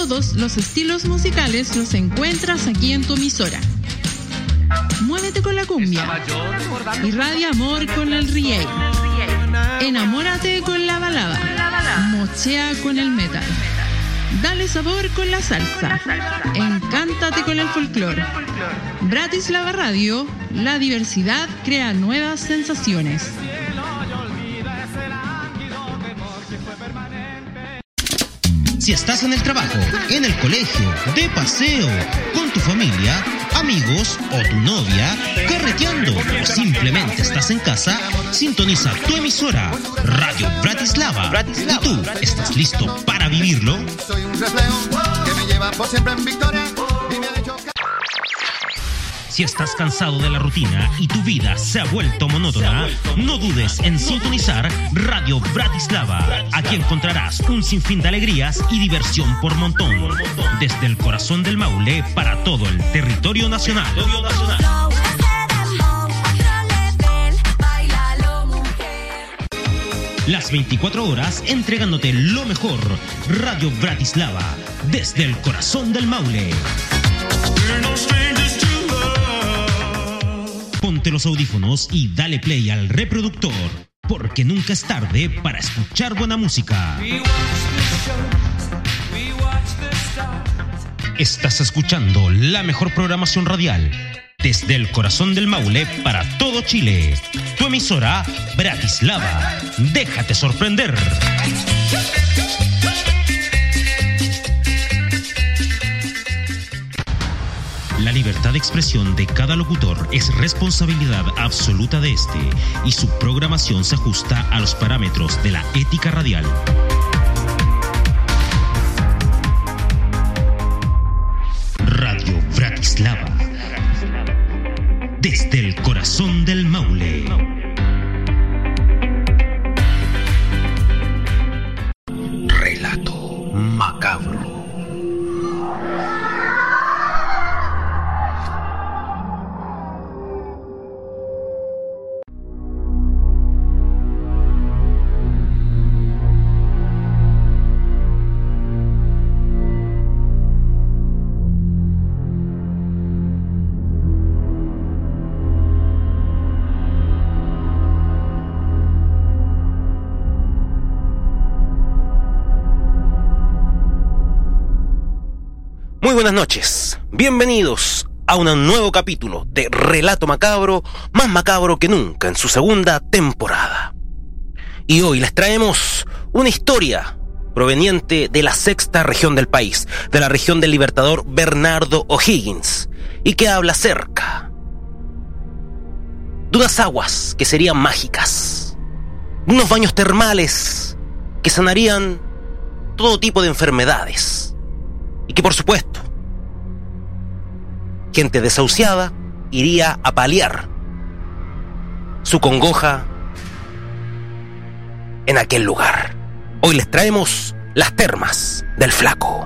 Todos los estilos musicales los encuentras aquí en tu emisora. Muévete con la cumbia, irradia amor con el reggae, enamórate con la balada, mochea con el metal, dale sabor con la salsa, encántate con el folclore. Bratislava Radio, la diversidad crea nuevas sensaciones. Si estás en el trabajo, en el colegio, de paseo, con tu familia, amigos o tu novia, carreteando o simplemente estás en casa, sintoniza tu emisora Radio Bratislava. ¿Y tú estás listo para vivirlo? Soy un reflejo que me lleva por siempre en victoria y me ha hecho... Si estás cansado de la rutina y tu vida se ha vuelto monótona, no dudes en sintonizar Radio Bratislava. Aquí encontrarás un sinfín de alegrías y diversión por montón. Desde el corazón del Maule para todo el territorio nacional. Las 24 horas entregándote lo mejor. Radio Bratislava, desde el corazón del Maule. Ponte los audífonos y dale play al reproductor, porque nunca es tarde para escuchar buena música. Estás escuchando la mejor programación radial desde el corazón del Maule para todo Chile. Tu emisora Bratislava. Déjate sorprender. La libertad de expresión de cada locutor es responsabilidad absoluta de este, y su programación se ajusta a los parámetros de la ética radial. Radio Bratislava, desde el corazón del Maule. Relato macabro. Muy buenas noches, bienvenidos a un nuevo capítulo de Relato Macabro, más macabro que nunca en su segunda temporada. Y hoy les traemos una historia proveniente de la sexta región del país, de la región del libertador Bernardo O'Higgins, y que habla acerca de unas aguas que serían mágicas, de unos baños termales que sanarían todo tipo de enfermedades, y que por supuesto gente desahuciada iría a paliar su congoja en aquel lugar. Hoy les traemos las termas del Flaco.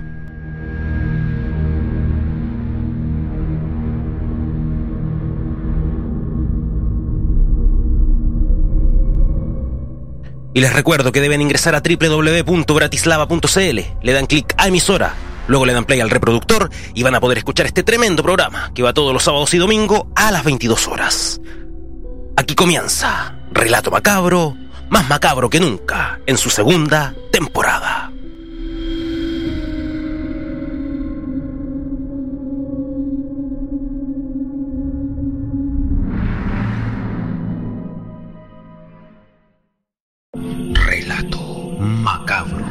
Y les recuerdo que deben ingresar a www.bratislava.cl, le dan clic a emisora, luego le dan play al reproductor y van a poder escuchar este tremendo programa que va todos los sábados y domingos a las 22 horas. Aquí comienza Relato Macabro, más macabro que nunca en su segunda temporada. Relato Macabro.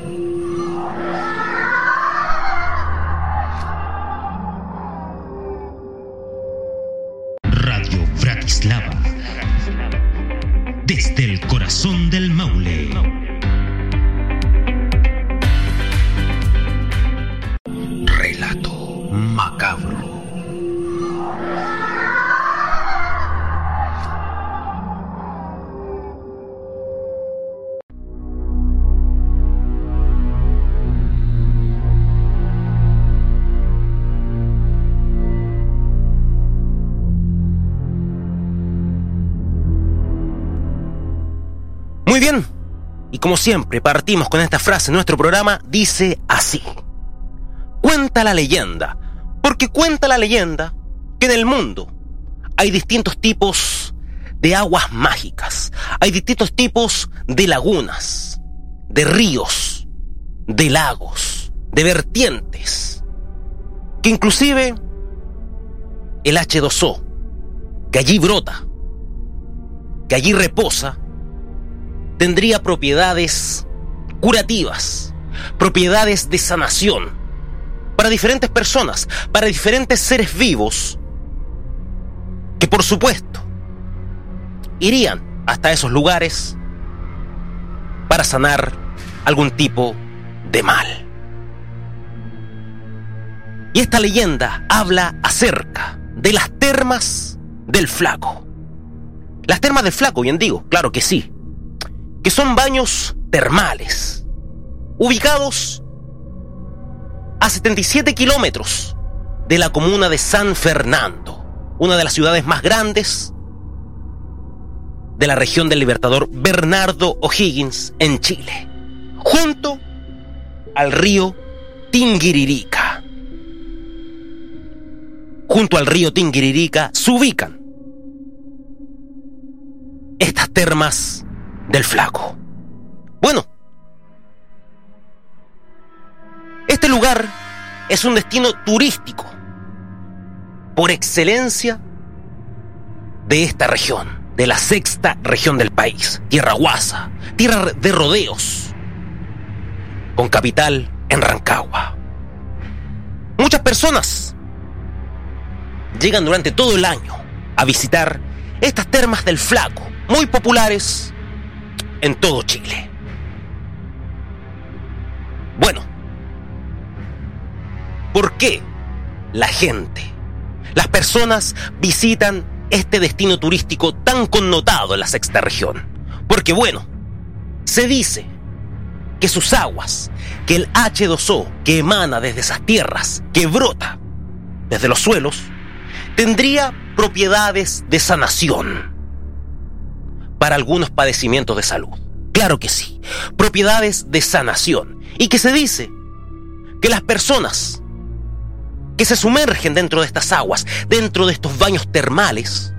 Bratislava, desde el corazón del Maule. Relato macabro. Muy bien, y como siempre partimos con esta frase en nuestro programa, dice así: cuenta la leyenda, porque cuenta la leyenda que en el mundo hay distintos tipos de aguas mágicas, hay distintos tipos de lagunas, de ríos, de lagos, de vertientes, que inclusive el H2O, que allí brota, que allí reposa, tendría propiedades curativas, propiedades de sanación, para diferentes personas, para diferentes seres vivos, que por supuesto irían hasta esos lugares para sanar algún tipo de mal. Y esta leyenda habla acerca de las termas del Flaco. Las termas del Flaco, bien digo, claro que sí, que son baños termales, ubicados a 77 kilómetros de la comuna de San Fernando, una de las ciudades más grandes de la región del Libertador Bernardo O'Higgins en Chile, junto al río Tinguiririca. Junto al río Tinguiririca se ubican estas termas del Flaco. Bueno, este lugar es un destino turístico por excelencia de esta región, de la sexta región del país, Tierra Guasa, tierra de rodeos, con capital en Rancagua. Muchas personas llegan durante todo el año a visitar estas termas del Flaco, muy populares en todo Chile. Bueno, ¿por qué la gente, las personas visitan este destino turístico tan connotado en la sexta región? Porque bueno, se dice que sus aguas, que el H2O que emana desde esas tierras, que brota desde los suelos, tendría propiedades de sanación para algunos padecimientos de salud. Claro que sí, propiedades de sanación. Y que se dice que las personas que se sumergen dentro de estas aguas, dentro de estos baños termales,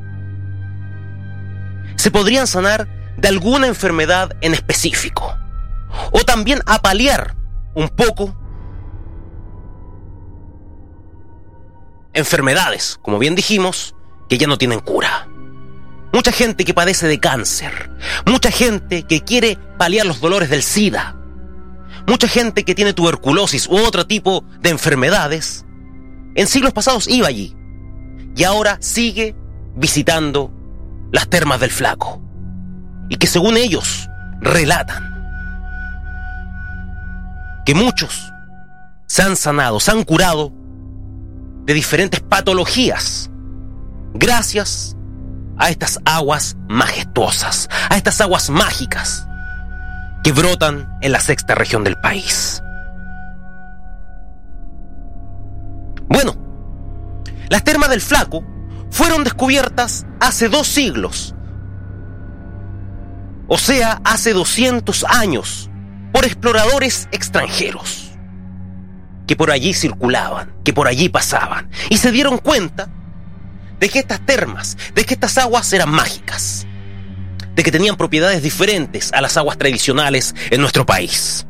se podrían sanar de alguna enfermedad en específico, o también a paliar un poco enfermedades, como bien dijimos, que ya no tienen cura. Mucha gente que padece de cáncer, mucha gente que quiere paliar los dolores del SIDA, mucha gente que tiene tuberculosis u otro tipo de enfermedades, en siglos pasados iba allí y ahora sigue visitando las termas del Flaco, y que según ellos relatan que muchos se han sanado, se han curado de diferentes patologías gracias a estas aguas majestuosas, a estas aguas mágicas que brotan en la sexta región del país. Bueno, las termas del Flaco fueron descubiertas hace 2 siglos, o sea, hace 200 años, por exploradores extranjeros que por allí circulaban, que por allí pasaban, y se dieron cuenta de que estas termas, de que estas aguas eran mágicas, de que tenían propiedades diferentes a las aguas tradicionales en nuestro país,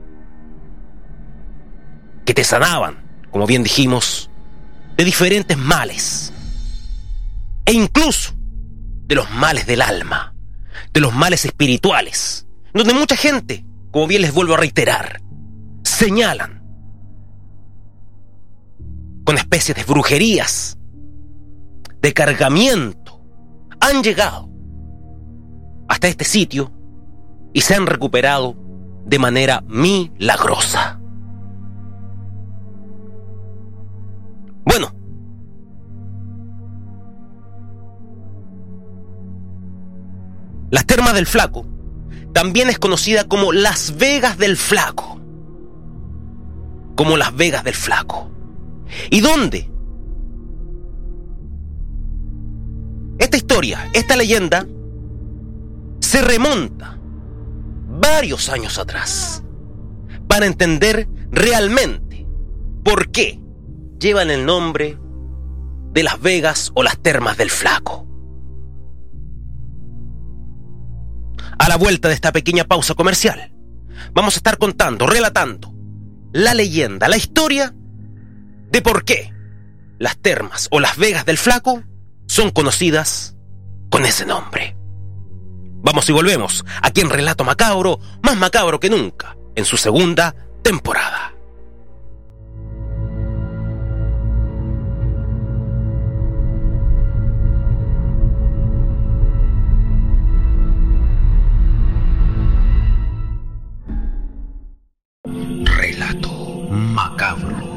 que te sanaban, como bien dijimos, de diferentes males, e incluso de los males del alma, de los males espirituales, donde mucha gente, como bien les vuelvo a reiterar, señalan con especies de brujerías, de cargamiento, han llegado hasta este sitio y se han recuperado de manera milagrosa. Bueno, las termas del Flaco también es conocida como Las Vegas del Flaco. Como Las Vegas del Flaco. ¿Y dónde? Esta historia, esta leyenda, se remonta varios años atrás para entender realmente ¿Por qué llevan el nombre de Las Vegas o las Termas del Flaco? A la vuelta de esta pequeña pausa comercial, vamos a estar contando, relatando la leyenda, la historia de por qué las Termas o Las Vegas del Flaco son conocidas con ese nombre. Vamos y volvemos aquí en Relato Macabro, más macabro que nunca, en su segunda temporada. Relato Macabro.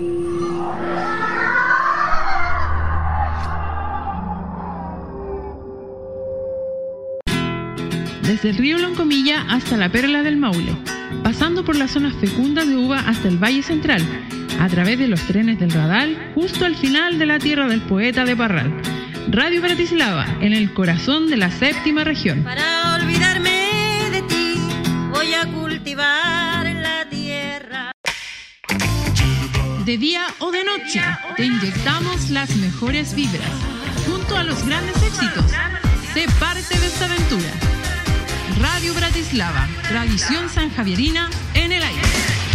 Desde el río Loncomilla hasta la Perla del Maule, pasando por las zonas fecundas de uva hasta el Valle Central, a través de los trenes del Radal, justo al final de la tierra del poeta de Parral. Radio Bratislava, en el corazón de la séptima región. Para olvidarme de ti, voy a cultivar la tierra. De día o de noche, te inyectamos las mejores vibras, junto a los grandes éxitos. Sé parte de esta aventura. Radio Bratislava, tradición sanjavierina en el aire.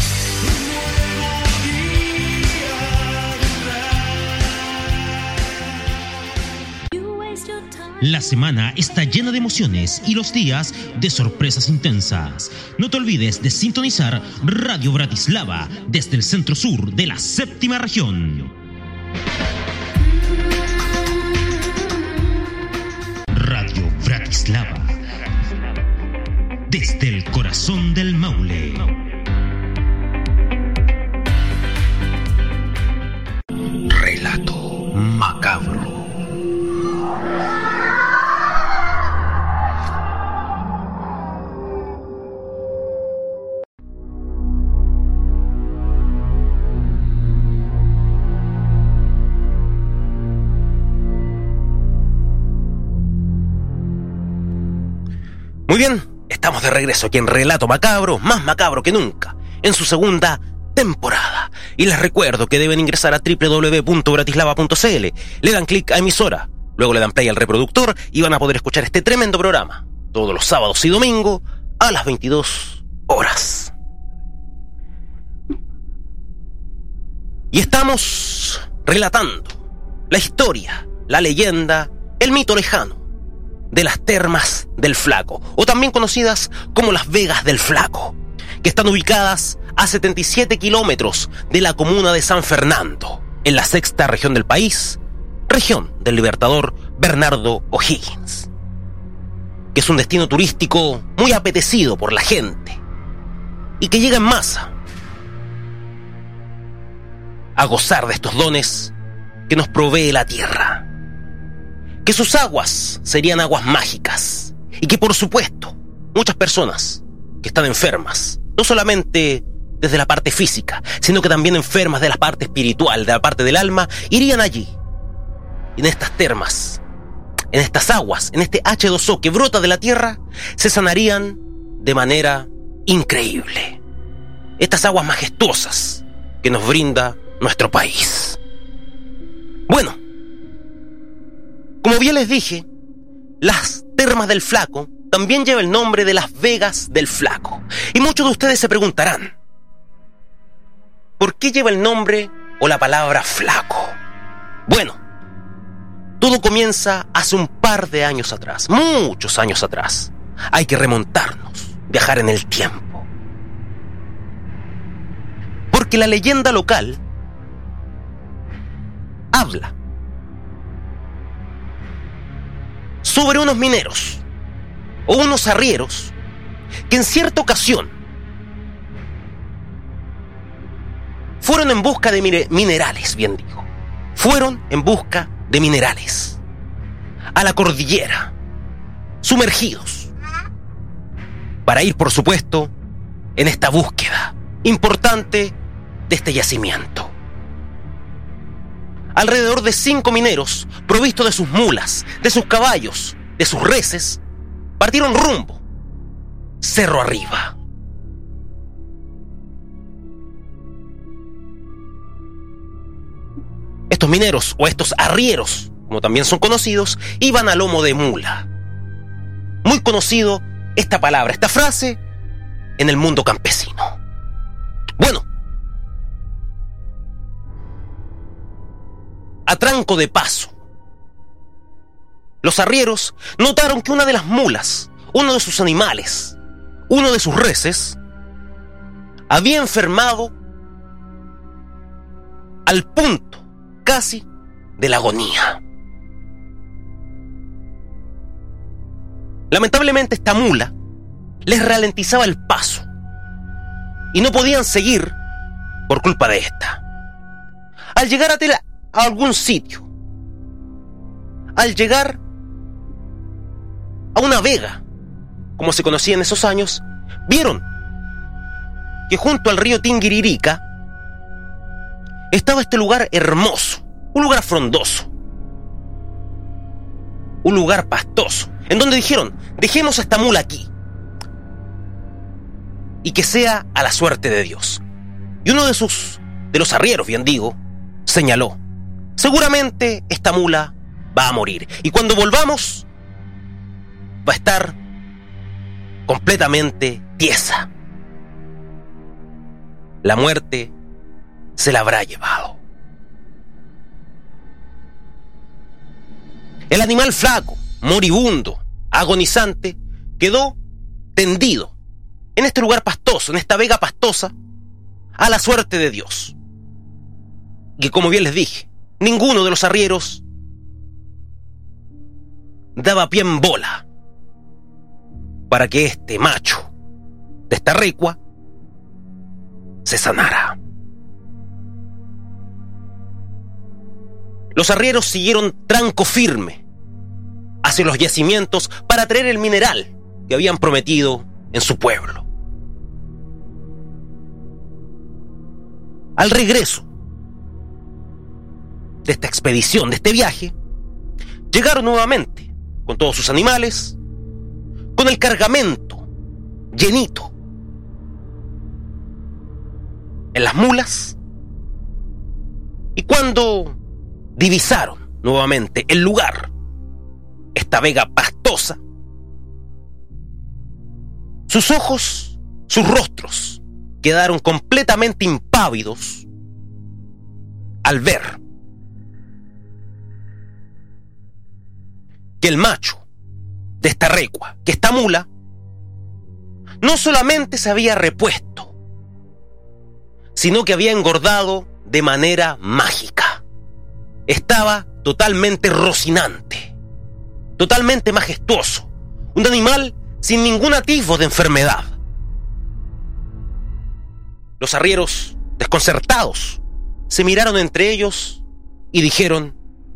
La semana está llena de emociones y los días de sorpresas intensas. No te olvides de sintonizar Radio Bratislava desde el centro sur de la séptima región. Radio Bratislava desde el corazón del Maule. Relato Macabro. Muy bien, estamos de regreso aquí en Relato Macabro, más macabro que nunca, en su segunda temporada. Y les recuerdo que deben ingresar a www.bratislava.cl, le dan clic a emisora, luego le dan play al reproductor y van a poder escuchar este tremendo programa todos los sábados y domingos a las 22 horas. Y estamos relatando la historia, la leyenda, el mito lejano de las Termas del Flaco, o también conocidas como Las Vegas del Flaco, que están ubicadas a 77 kilómetros de la comuna de San Fernando, en la sexta región del país, región del libertador Bernardo O'Higgins, que es un destino turístico muy apetecido por la gente y que llega en masa a gozar de estos dones que nos provee la tierra, que sus aguas serían aguas mágicas y que, por supuesto, muchas personas que están enfermas, no solamente desde la parte física, sino que también enfermas de la parte espiritual, de la parte del alma, irían allí, en estas termas, en estas aguas, en este H2O que brota de la tierra, se sanarían de manera increíble. Estas aguas majestuosas que nos brinda nuestro país. Bueno, como bien les dije, las Termas del Flaco también lleva el nombre de Las Vegas del Flaco. Y muchos de ustedes se preguntarán, ¿por qué lleva el nombre o la palabra flaco? Bueno, todo comienza hace un par de años atrás, muchos años atrás. Hay que remontarnos, viajar en el tiempo. Porque la leyenda local habla sobre unos mineros o unos arrieros que en cierta ocasión fueron en busca de minerales, bien digo. Fueron en busca de minerales a la cordillera, sumergidos, para ir, por supuesto, en esta búsqueda importante de este yacimiento. Alrededor de 5 mineros, provistos de sus mulas, de sus caballos, de sus reses, partieron rumbo cerro arriba. Estos mineros o estos arrieros, como también son conocidos, iban a lomo de mula. Muy conocido esta palabra, esta frase en el mundo campesino. Bueno, a tranco de paso, los arrieros notaron que una de las mulas, uno de sus animales, uno de sus reses, había enfermado al punto casi de la agonía. Lamentablemente esta mula les ralentizaba el paso y no podían seguir por culpa de esta. Al llegar a algún sitio, al llegar a una vega, como se conocía en esos años, vieron que junto al río Tinguiririca estaba este lugar hermoso, un lugar frondoso, un lugar pastoso, en donde dijeron: dejemos a esta mula aquí y que sea a la suerte de Dios. Y uno de los arrieros, bien digo, señaló: seguramente esta mula va a morir, y cuando volvamos va a estar completamente tiesa. La muerte se la habrá llevado. El animal flaco, moribundo, agonizante, quedó tendido en este lugar pastoso, en esta vega pastosa, a la suerte de Dios. Y como bien les dije, ninguno de los arrieros daba pie en bola para que este macho de esta recua se sanara. Los arrieros siguieron tranco firme hacia los yacimientos para traer el mineral que habían prometido en su pueblo. Al regreso de esta expedición, de este viaje, llegaron nuevamente con todos sus animales, con el cargamento llenito en las mulas, y cuando divisaron nuevamente el lugar, esta vega pastosa, sus ojos, sus rostros quedaron completamente impávidos al ver que el macho de esta recua, que esta mula, no solamente se había repuesto, sino que había engordado de manera mágica. Estaba totalmente rocinante, totalmente majestuoso, un animal sin ningún atisbo de enfermedad. Los arrieros, desconcertados, se miraron entre ellos y dijeron: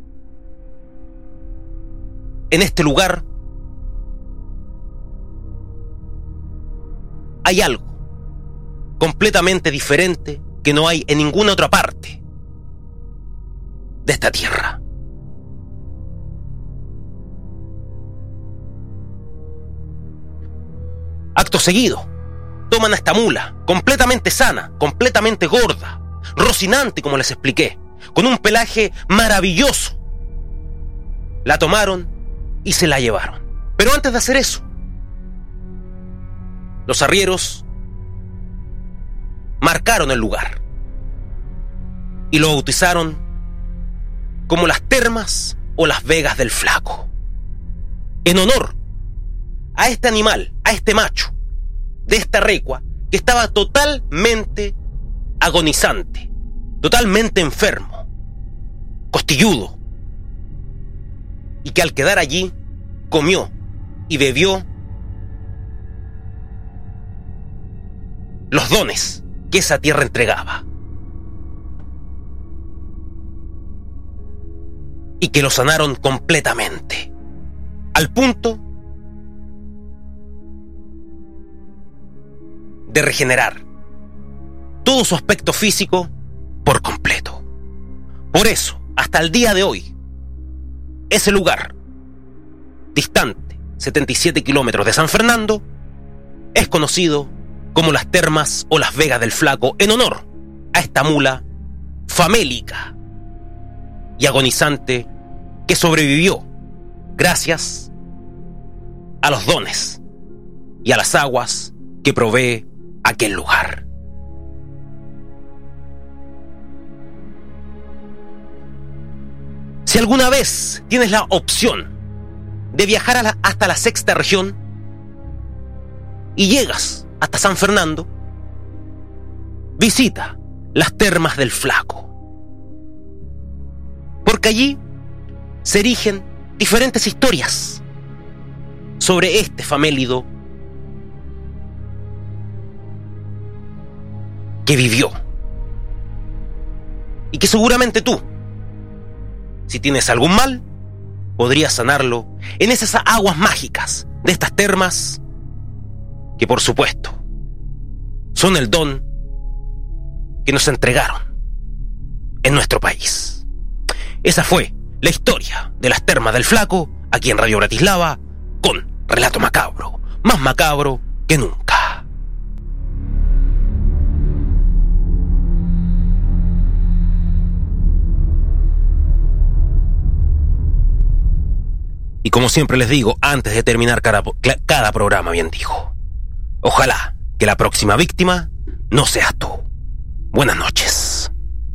en este lugar hay algo completamente diferente que no hay en ninguna otra parte de esta tierra. Acto seguido, toman a esta mula, completamente sana, completamente gorda, rocinante, como les expliqué, con un pelaje maravilloso. La tomaron y se la llevaron. Pero antes de hacer eso, los arrieros marcaron el lugar y lo bautizaron como las termas o las vegas del flaco, en honor a este animal, a este macho de esta recua que estaba totalmente agonizante, totalmente enfermo, costilludo, y que al quedar allí comió y bebió los dones que esa tierra entregaba, y que lo sanaron completamente, al punto de regenerar todo su aspecto físico por completo. Por eso, hasta el día de hoy, ese lugar, distante 77 kilómetros de San Fernando, es conocido como las termas o las vegas del flaco, en honor a esta mula famélica y agonizante que sobrevivió gracias a los dones y a las aguas que provee aquel lugar. Si alguna vez tienes la opción de viajar hasta la sexta región y llegas hasta San Fernando, visita las Termas del Flaco, porque allí se erigen diferentes historias sobre este famélido que vivió y que seguramente tú, si tienes algún mal, podrías sanarlo en esas aguas mágicas de estas termas que, por supuesto, son el don que nos entregaron en nuestro país. Esa fue la historia de las Termas del Flaco, aquí en Radio Bratislava, con Relato Macabro, más macabro que nunca. Y como siempre les digo, antes de terminar cada programa, bien digo, ojalá que la próxima víctima no seas tú. Buenas noches.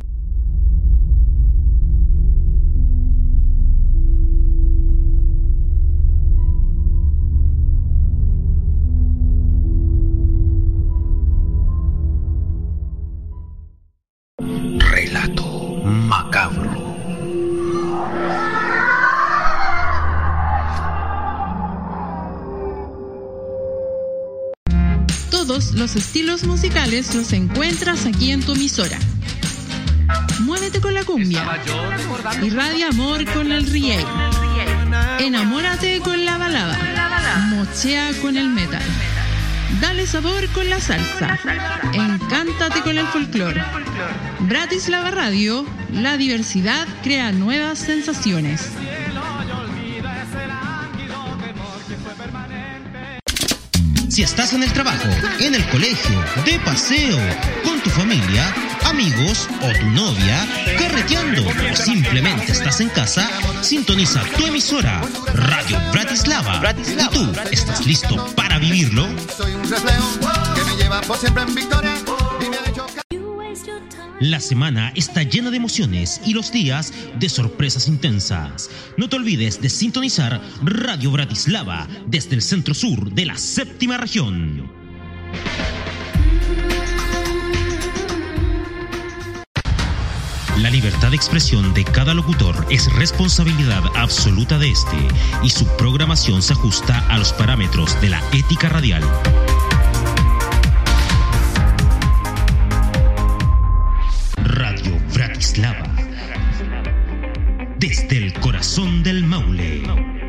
Relato macabro. Todos los estilos musicales los encuentras aquí en tu emisora. Muévete con la cumbia. Irradia amor con el reggae. Enamórate con la balada. Mochea con el metal. Dale sabor con la salsa. Encántate con el folclore. Bratislava Radio, la diversidad crea nuevas sensaciones. Si estás en el trabajo, en el colegio, de paseo, con tu familia, amigos o tu novia, carreteando o simplemente estás en casa, sintoniza tu emisora Radio Bratislava. ¿Y tú estás listo para vivirlo? Soy un reflejo que me lleva por siempre en victoria y me ha hecho... La semana está llena de emociones y los días de sorpresas intensas. No te olvides de sintonizar Radio Bratislava desde el centro sur de la séptima región. La libertad de expresión de cada locutor es responsabilidad absoluta de este y su programación se ajusta a los parámetros de la ética radial. Radio Bratislava, desde el corazón del Maule.